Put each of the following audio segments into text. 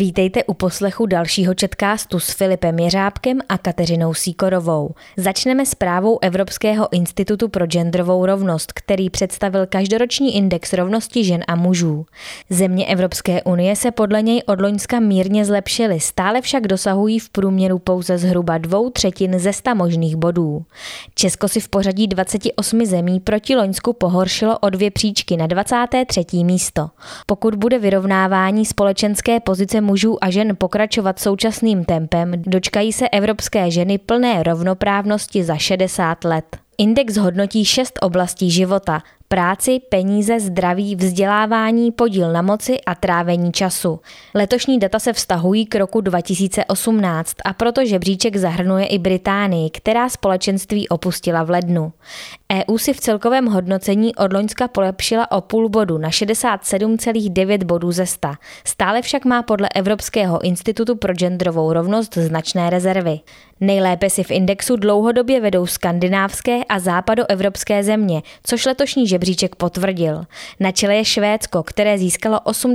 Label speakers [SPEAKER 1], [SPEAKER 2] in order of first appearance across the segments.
[SPEAKER 1] Vítejte u poslechu dalšího Chatcastu s Filipem Jeřábkem a Kateřinou Sýkorovou. Začneme zprávou Evropského institutu pro genderovou rovnost, který představil každoroční index rovnosti žen a mužů. Země Evropské unie se podle něj od loňska mírně zlepšily, stále však dosahují v průměru pouze zhruba 2/3 ze 100 možných bodů. Česko si v pořadí 28 zemí proti loňsku pohoršilo o 2 příčky na 23. místo. Pokud bude vyrovnávání společenské pozice mužů a žen pokračovat současným tempem, dočkají se evropské ženy plné rovnoprávnosti za 60 let. Index hodnotí 6 oblastí života: práci, peníze, zdraví, vzdělávání, podíl na moci a trávení času. Letošní data se vztahují k roku 2018 a proto žebříček zahrnuje i Británii, která společenství opustila v lednu. EU si v celkovém hodnocení od loňska polepšila o půl bodu na 67,9 bodů ze 100. Stále však má podle Evropského institutu pro genderovou rovnost značné rezervy. Nejlépe si v indexu dlouhodobě vedou skandinávské a západoevropské země, což letošní žebříček potvrdil. Na čele je Švédsko, které získalo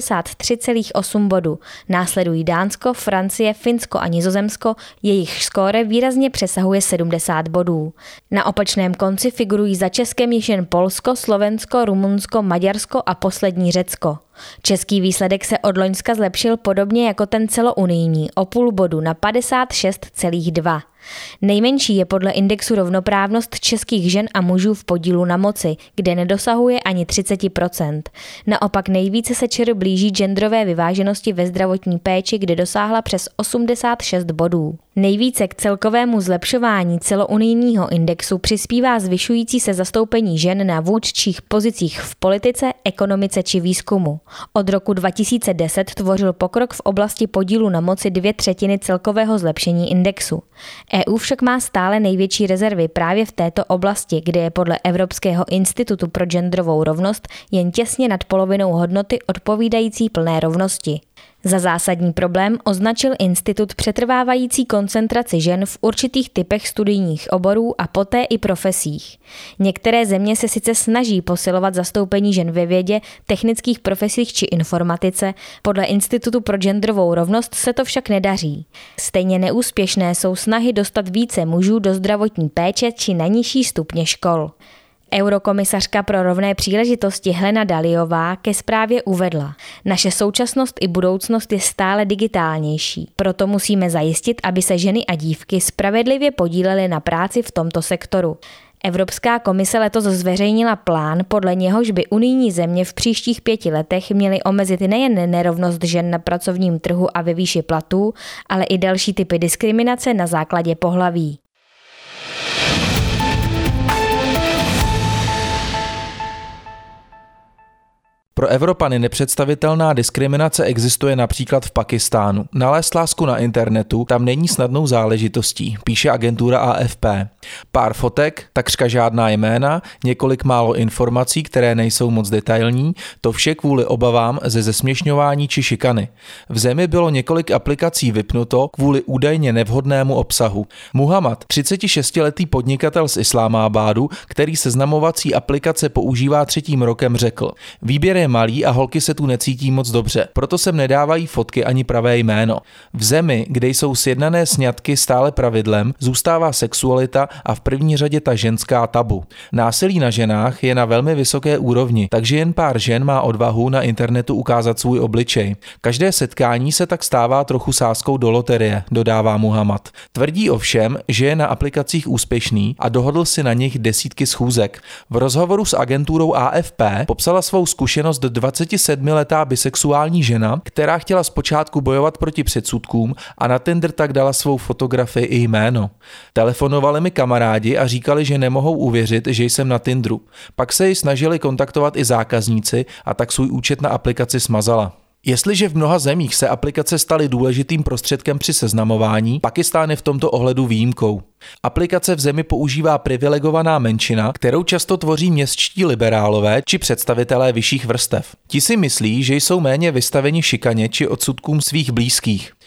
[SPEAKER 1] 83,8 bodů. Následují Dánsko, Francie, Finsko a Nizozemsko, jejich skóre výrazně přesahuje 70 bodů. Na opačném konci figurují za Českem již jen Polsko, Slovensko, Rumunsko, Maďarsko a poslední Řecko. Český výsledek se od loňska zlepšil podobně jako ten celounijní, o půl bodu na 56,2. Nejmenší je podle indexu rovnoprávnost českých žen a mužů v podílu na moci, kde nedosahuje ani 30%. Naopak nejvíce se ČR blíží genderové vyváženosti ve zdravotní péči, kde dosáhla přes 86 bodů. Nejvíce k celkovému zlepšování celounijního indexu přispívá zvyšující se zastoupení žen na vůdčích pozicích v politice, ekonomice či výzkumu. Od roku 2010 tvořil pokrok v oblasti podílu na moci 2/3 celkového zlepšení indexu. EU však má stále největší rezervy právě v této oblasti, kde je podle Evropského institutu pro genderovou rovnost jen těsně nad polovinou hodnoty odpovídající plné rovnosti. Za zásadní problém označil institut přetrvávající koncentraci žen v určitých typech studijních oborů a poté i profesích. Některé země se sice snaží posilovat zastoupení žen ve vědě, technických profesích či informatice, podle Institutu pro genderovou rovnost se to však nedaří. Stejně neúspěšné jsou snahy dostat více mužů do zdravotní péče či na nižší stupně škol. Eurokomisařka pro rovné příležitosti Helena Dalliová ke zprávě uvedla: naše současnost i budoucnost je stále digitálnější, proto musíme zajistit, aby se ženy a dívky spravedlivě podílely na práci v tomto sektoru. Evropská komise letos zveřejnila plán, podle něhož by unijní země v příštích 5 letech měly omezit nejen nerovnost žen na pracovním trhu a ve výši platů, ale i další typy diskriminace na základě pohlaví.
[SPEAKER 2] Pro Evropany nepředstavitelná diskriminace existuje například v Pakistánu. Nalézt lásku na internetu tam není snadnou záležitostí, píše agentura AFP. Pár fotek, takřka žádná jména, několik málo informací, které nejsou moc detailní, to vše kvůli obavám ze zesměšňování či šikany. V zemi bylo několik aplikací vypnuto kvůli údajně nevhodnému obsahu. Muhammad, 36letý podnikatel z Islámábádu, který seznamovací aplikace používá 3. rokem, řekl: výběr je malý a holky se tu necítí moc dobře, proto sem nedávají fotky ani pravé jméno. V zemi, kde jsou sjednané sňatky stále pravidlem, zůstává sexualita a v první řadě ta ženská tabu. Násilí na ženách je na velmi vysoké úrovni, takže jen pár žen má odvahu na internetu ukázat svůj obličej. Každé setkání se tak stává trochu sázkou do loterie, dodává Muhammad. Tvrdí ovšem, že je na aplikacích úspěšný a dohodl si na nich desítky schůzek. V rozhovoru s agenturou AFP popsala svou zkušenost 27letá bisexuální žena, která chtěla zpočátku bojovat proti předsudkům a na Tinder tak dala svou fotografii i jméno. Telefonovali mi kamarádi a říkali, že nemohou uvěřit, že jsem na Tinderu. Pak se ji snažili kontaktovat i zákazníci a tak svůj účet na aplikaci smazala. Jestliže v mnoha zemích se aplikace staly důležitým prostředkem při seznamování, Pakistán je v tomto ohledu výjimkou. Aplikace v zemi používá privilegovaná menšina, kterou často tvoří městští liberálové či představitelé vyšších vrstev. Ti si myslí, že jsou méně vystaveni šikaně či odsudkům svých blízkých.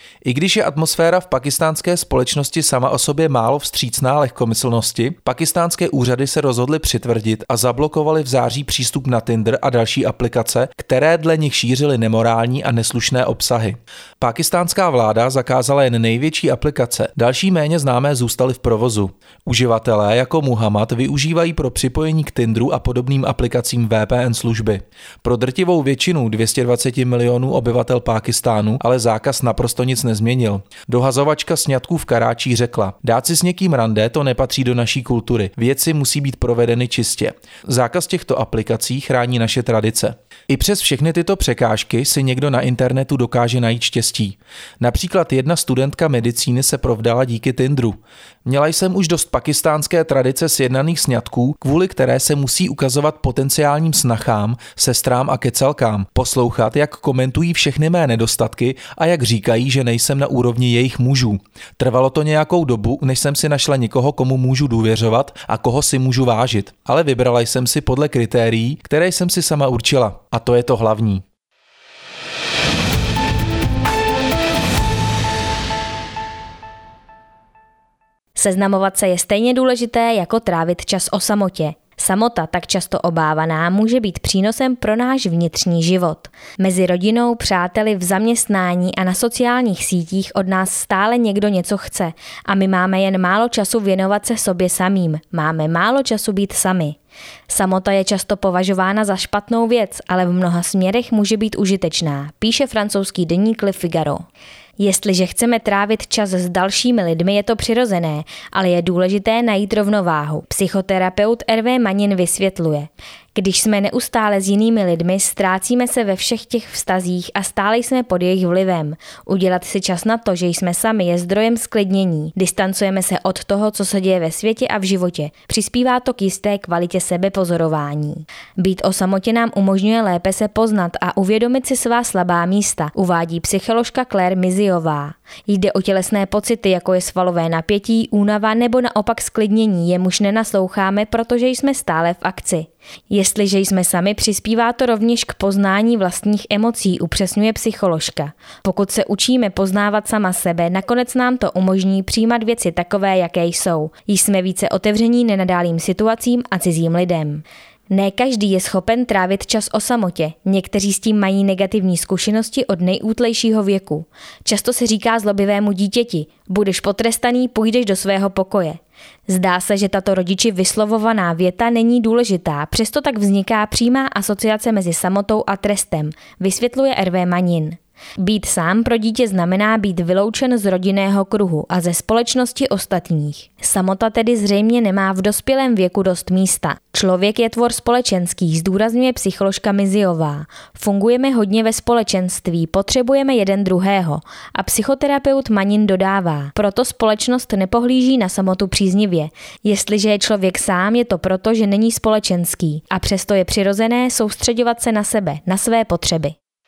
[SPEAKER 2] I když je atmosféra v pakistánské společnosti sama o sobě málo vstřícná lehkomyslnosti, pakistánské úřady se rozhodly přitvrdit a zablokovali v září přístup na Tinder a další aplikace, které dle nich šířily nemorální a neslušné obsahy. Pakistánská vláda zakázala jen největší aplikace, další méně známé zůstaly v provozu. Uživatelé jako Muhammad využívají pro připojení k Tinderu a podobným aplikacím VPN služby. Pro drtivou většinu 220 milionů obyvatel Pákistánu ale zákaz naprosto nic nezměnil. Dohazovačka sňatků v Karáčí řekla: dát si s někým rande, to nepatří do naší kultury. Věci musí být provedeny čistě. Zákaz těchto aplikací chrání naše tradice. I přes všechny tyto překážky si někdo na internetu dokáže najít štěstí. Například jedna studentka medicíny se provdala díky Tinderu. Měla jsem už dost pakistánské tradice sjednaných sňatků, kvůli které se musí ukazovat potenciálním snachám, sestrám a kecalkám, poslouchat, jak komentují všechny mé nedostatky a jak říkají, že nejsem na úrovni jejich mužů. Trvalo to nějakou dobu, než jsem si našla někoho, komu můžu důvěřovat a koho si můžu vážit, ale vybrala jsem si podle kritérií, které jsem si sama určila. A to je to hlavní.
[SPEAKER 1] Seznamovat se je stejně důležité, jako trávit čas o samotě. Samota, tak často obávaná, může být přínosem pro náš vnitřní život. Mezi rodinou, přáteli, v zaměstnání a na sociálních sítích od nás stále někdo něco chce a my máme jen málo času věnovat se sobě samým. Máme málo času být sami. Samota je často považována za špatnou věc, ale v mnoha směrech může být užitečná, píše francouzský deník Le Figaro. Jestliže chceme trávit čas s dalšími lidmi, je to přirozené, ale je důležité najít rovnováhu. Psychoterapeut Hervé Manin vysvětluje: když jsme neustále s jinými lidmi, ztrácíme se ve všech těch vztazích a stále jsme pod jejich vlivem. Udělat si čas na to, že jsme sami, je zdrojem sklidnění. Distancujeme se od toho, co se děje ve světě a v životě. Přispívá to k jisté kvalitě sebepozorování. Být o samotě nám umožňuje lépe se poznat a uvědomit si svá slabá místa, uvádí psycholožka Claire Miziová. Jde o tělesné pocity, jako je svalové napětí, únava nebo naopak sklidnění, jemuž nenasloucháme, protože jsme stále v akci. Jestliže jsme sami, přispívá to rovněž k poznání vlastních emocí, upřesňuje psycholožka. Pokud se učíme poznávat sama sebe, nakonec nám to umožní přijímat věci takové, jaké jsou. Jsme více otevření nenadálým situacím a cizím lidem. Ne každý je schopen trávit čas o samotě. Někteří s tím mají negativní zkušenosti od nejútlejšího věku. Často se říká zlobivému dítěti: budeš potrestaný, půjdeš do svého pokoje. Zdá se, že tato rodiči vyslovovaná věta není důležitá, přesto tak vzniká přímá asociace mezi samotou a trestem, vysvětluje Hervé Manin. Být sám pro dítě znamená být vyloučen z rodinného kruhu a ze společnosti ostatních. Samota tedy zřejmě nemá v dospělém věku dost místa. Člověk je tvor společenský, zdůrazňuje psycholožka Miziová. Fungujeme hodně ve společenství, potřebujeme jeden druhého. A psychoterapeut Manin dodává: proto společnost nepohlíží na samotu příznivě. Jestliže je člověk sám, je to proto, že není společenský. A přesto je přirozené soustředovat se na sebe, na své potřeby.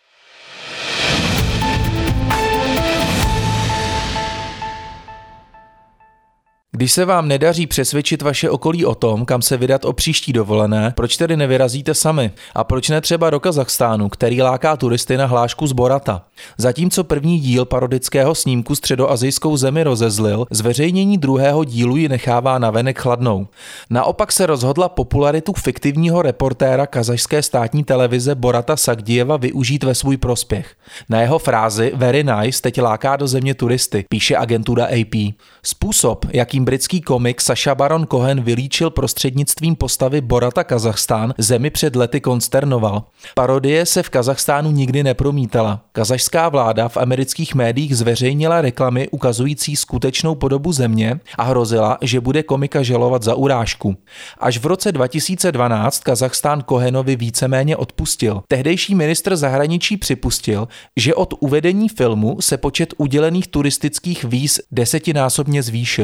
[SPEAKER 2] Když se vám nedaří přesvědčit vaše okolí o tom, kam se vydat o příští dovolené, proč tedy nevyrazíte sami? A proč ne třeba do Kazachstánu, který láká turisty na hlášku z Borata? Zatímco první díl parodického snímku středoasijskou zemi rozezlil, zveřejnění druhého dílu ji nechává navenek chladnou. Naopak se rozhodla popularitu fiktivního reportéra kazašské státní televize Borata Sagdijeva využít ve svůj prospěch. Na jeho frázi "very nice" teď láká do země turisty, píše agentura AP. Způsob, jakým britský komik Sacha Baron Cohen vylíčil prostřednictvím postavy Borata Kazachstán, zemi před lety konsternoval. Parodie se v Kazachstánu nikdy nepromítala. Kazašská vláda v amerických médiích zveřejnila reklamy ukazující skutečnou podobu země a hrozila, že bude komika žalovat za urážku. Až v roce 2012 Kazachstán Cohenovi víceméně odpustil. Tehdejší ministr zahraničí připustil, že od uvedení filmu se počet udělených turistických víz 10násobně zvýšil.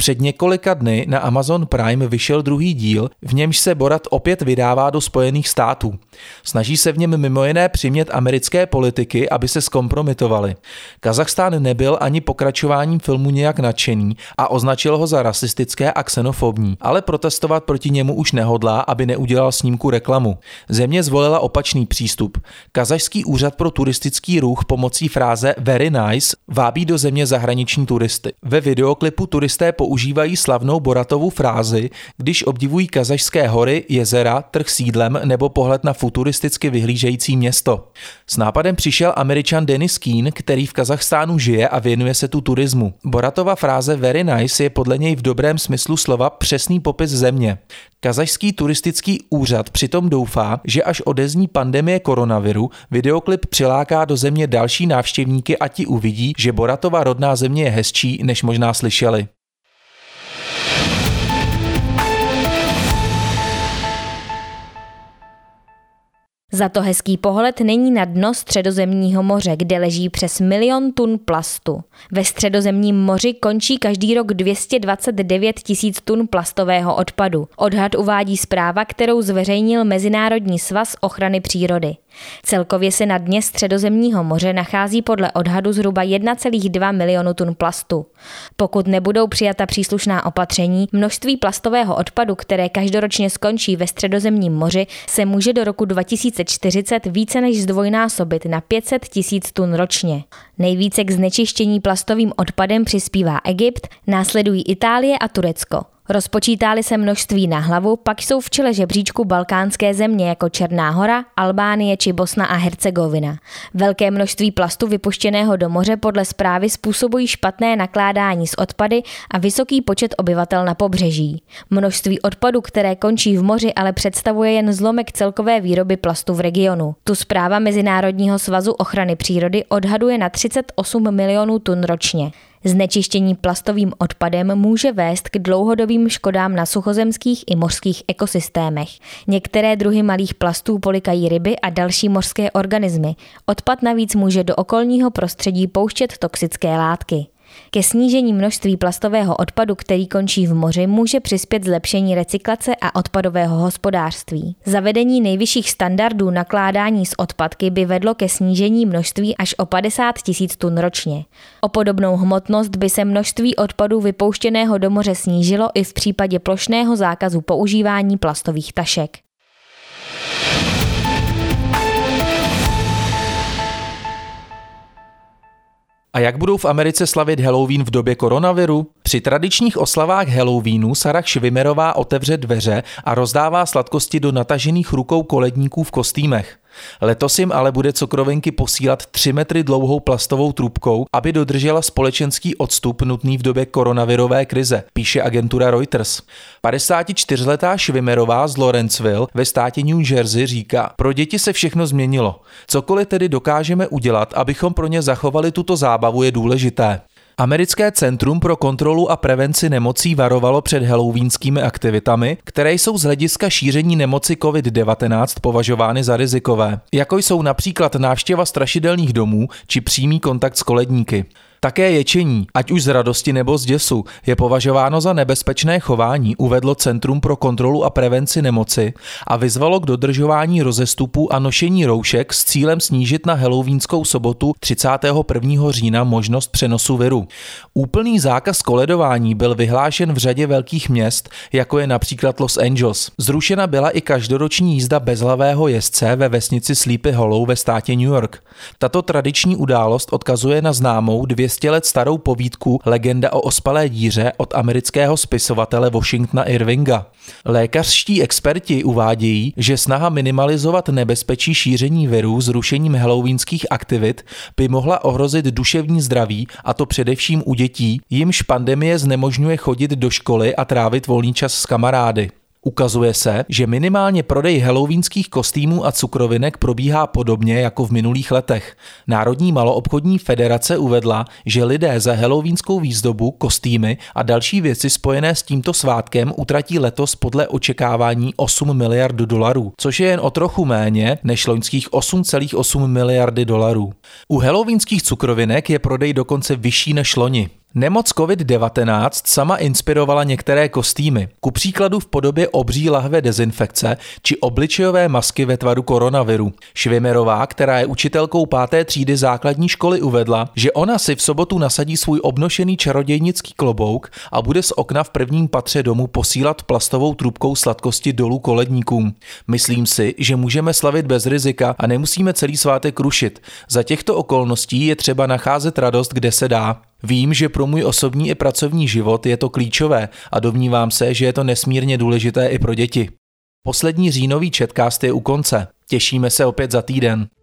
[SPEAKER 2] Před několika dny na Amazon Prime vyšel druhý díl, v němž se Borat opět vydává do Spojených států. Snaží se v něm mimo jiné přimět americké politiky, aby se zkompromitovali. Kazachstán nebyl ani pokračováním filmu nějak nadšený a označil ho za rasistické a xenofobní, ale protestovat proti němu už nehodlá, aby neudělal snímku reklamu. Země zvolila opačný přístup. Kazašský úřad pro turistický ruch pomocí fráze very nice vábí do země zahraniční turisty. Ve videoklipu turisté používají slavnou Boratovu frázi, když obdivují kazašské hory, jezera, trh s jídlem nebo pohled na futuristicky vyhlížející město. S nápadem přišel Američan Dennis Keen, který v Kazachstánu žije a věnuje se tu turismu. Boratova fráze very nice je podle něj v dobrém smyslu slova přesný popis země. Kazašský turistický úřad přitom doufá, že až odezní pandemie koronaviru, videoklip přiláká do země další návštěvníky a ti uvidí, že Boratova rodná země je hezčí, než možná slyšeli.
[SPEAKER 1] Za to hezký pohled není na dno Středozemního moře, kde leží přes 1 000 000 tun plastu. Ve Středozemním moři končí každý rok 229 000 tun plastového odpadu. Odhad uvádí zpráva, kterou zveřejnil Mezinárodní svaz ochrany přírody. Celkově se na dně Středozemního moře nachází podle odhadu zhruba 1,2 milionu tun plastu. Pokud nebudou přijata příslušná opatření, množství plastového odpadu, které každoročně skončí ve Středozemním moři, se může do roku 2040 více než zdvojnásobit na 500 000 tun ročně. Nejvíce k znečištění plastovým odpadem přispívá Egypt, následují Itálie a Turecko. Rozpočítá-li se množství na hlavu, pak jsou v čele žebříčku balkánské země jako Černá Hora, Albánie či Bosna a Hercegovina. Velké množství plastu vypuštěného do moře podle zprávy způsobují špatné nakládání s odpady a vysoký počet obyvatel na pobřeží. Množství odpadu, které končí v moři, ale představuje jen zlomek celkové výroby plastu v regionu. Tu zpráva Mezinárodního svazu ochrany přírody odhaduje na 38 milionů tun ročně. Znečištění plastovým odpadem může vést k dlouhodobým škodám na suchozemských i mořských ekosystémech. Některé druhy malých plastů polykají ryby a další mořské organismy. Odpad navíc může do okolního prostředí pouštět toxické látky. Ke snížení množství plastového odpadu, který končí v moři, může přispět zlepšení recyklace a odpadového hospodářství. Zavedení nejvyšších standardů nakládání s odpadky by vedlo ke snížení množství až o 50 000 tun ročně. O podobnou hmotnost by se množství odpadu vypouštěného do moře snížilo i v případě plošného zákazu používání plastových tašek.
[SPEAKER 2] A jak budou v Americe slavit Halloween v době koronaviru? Při tradičních oslavách Halloweenu Sarah Schwimmerová otevře dveře a rozdává sladkosti do natažených rukou koledníků v kostýmech. Letos jim ale bude cukrovinky posílat 3 metry dlouhou plastovou trubkou, aby dodržela společenský odstup nutný v době koronavirové krize, píše agentura Reuters. 54letá Schwimmerová z Lawrenceville ve státě New Jersey říká: pro děti se všechno změnilo. Cokoliv tedy dokážeme udělat, abychom pro ně zachovali tuto zábavu, je důležité. Americké centrum pro kontrolu a prevenci nemocí varovalo před halloweenskými aktivitami, které jsou z hlediska šíření nemoci COVID-19 považovány za rizikové, jako jsou například návštěva strašidelných domů či přímý kontakt s koledníky. Také ječení, ať už z radosti nebo z děsu, je považováno za nebezpečné chování, uvedlo Centrum pro kontrolu a prevenci nemoci a vyzvalo k dodržování rozestupů a nošení roušek s cílem snížit na halloweenskou sobotu 31. října možnost přenosu viru. Úplný zákaz koledování byl vyhlášen v řadě velkých měst, jako je například Los Angeles. Zrušena byla i každoroční jízda bezhlavého jezdce ve vesnici Sleepy Hollow ve státě New York. Tato tradiční událost odkazuje na známou 200 let starou povídku Legenda o ospalé díře od amerického spisovatele Washingtona Irvinga. Lékařští experti uvádějí, že snaha minimalizovat nebezpečí šíření viru zrušením halloweenských aktivit by mohla ohrozit duševní zdraví, a to především u dětí, jimž pandemie znemožňuje chodit do školy a trávit volný čas s kamarády. Ukazuje se, že minimálně prodej halloweenských kostýmů a cukrovinek probíhá podobně jako v minulých letech. Národní maloobchodní federace uvedla, že lidé za halloweenskou výzdobu, kostýmy a další věci spojené s tímto svátkem utratí letos podle očekávání $8 miliard, což je jen o trochu méně než loňských 8,8 miliardy dolarů. U halloweenských cukrovinek je prodej dokonce vyšší než loni. Nemoc COVID-19 sama inspirovala některé kostýmy, ku příkladu v podobě obří lahve dezinfekce či obličejové masky ve tvaru koronaviru. Švěmerová, která je učitelkou 5. třídy základní školy, uvedla, že ona si v sobotu nasadí svůj obnošený čarodějnický klobouk a bude z okna v prvním patře domu posílat plastovou trubkou sladkosti dolů koledníkům. Myslím si, že můžeme slavit bez rizika a nemusíme celý svátek rušit. Za těchto okolností je třeba nacházet radost, kde se dá. Vím, že pro můj osobní i pracovní život je to klíčové a domnívám se, že je to nesmírně důležité i pro děti. Poslední říjnový Chatcast je u konce. Těšíme se opět za týden.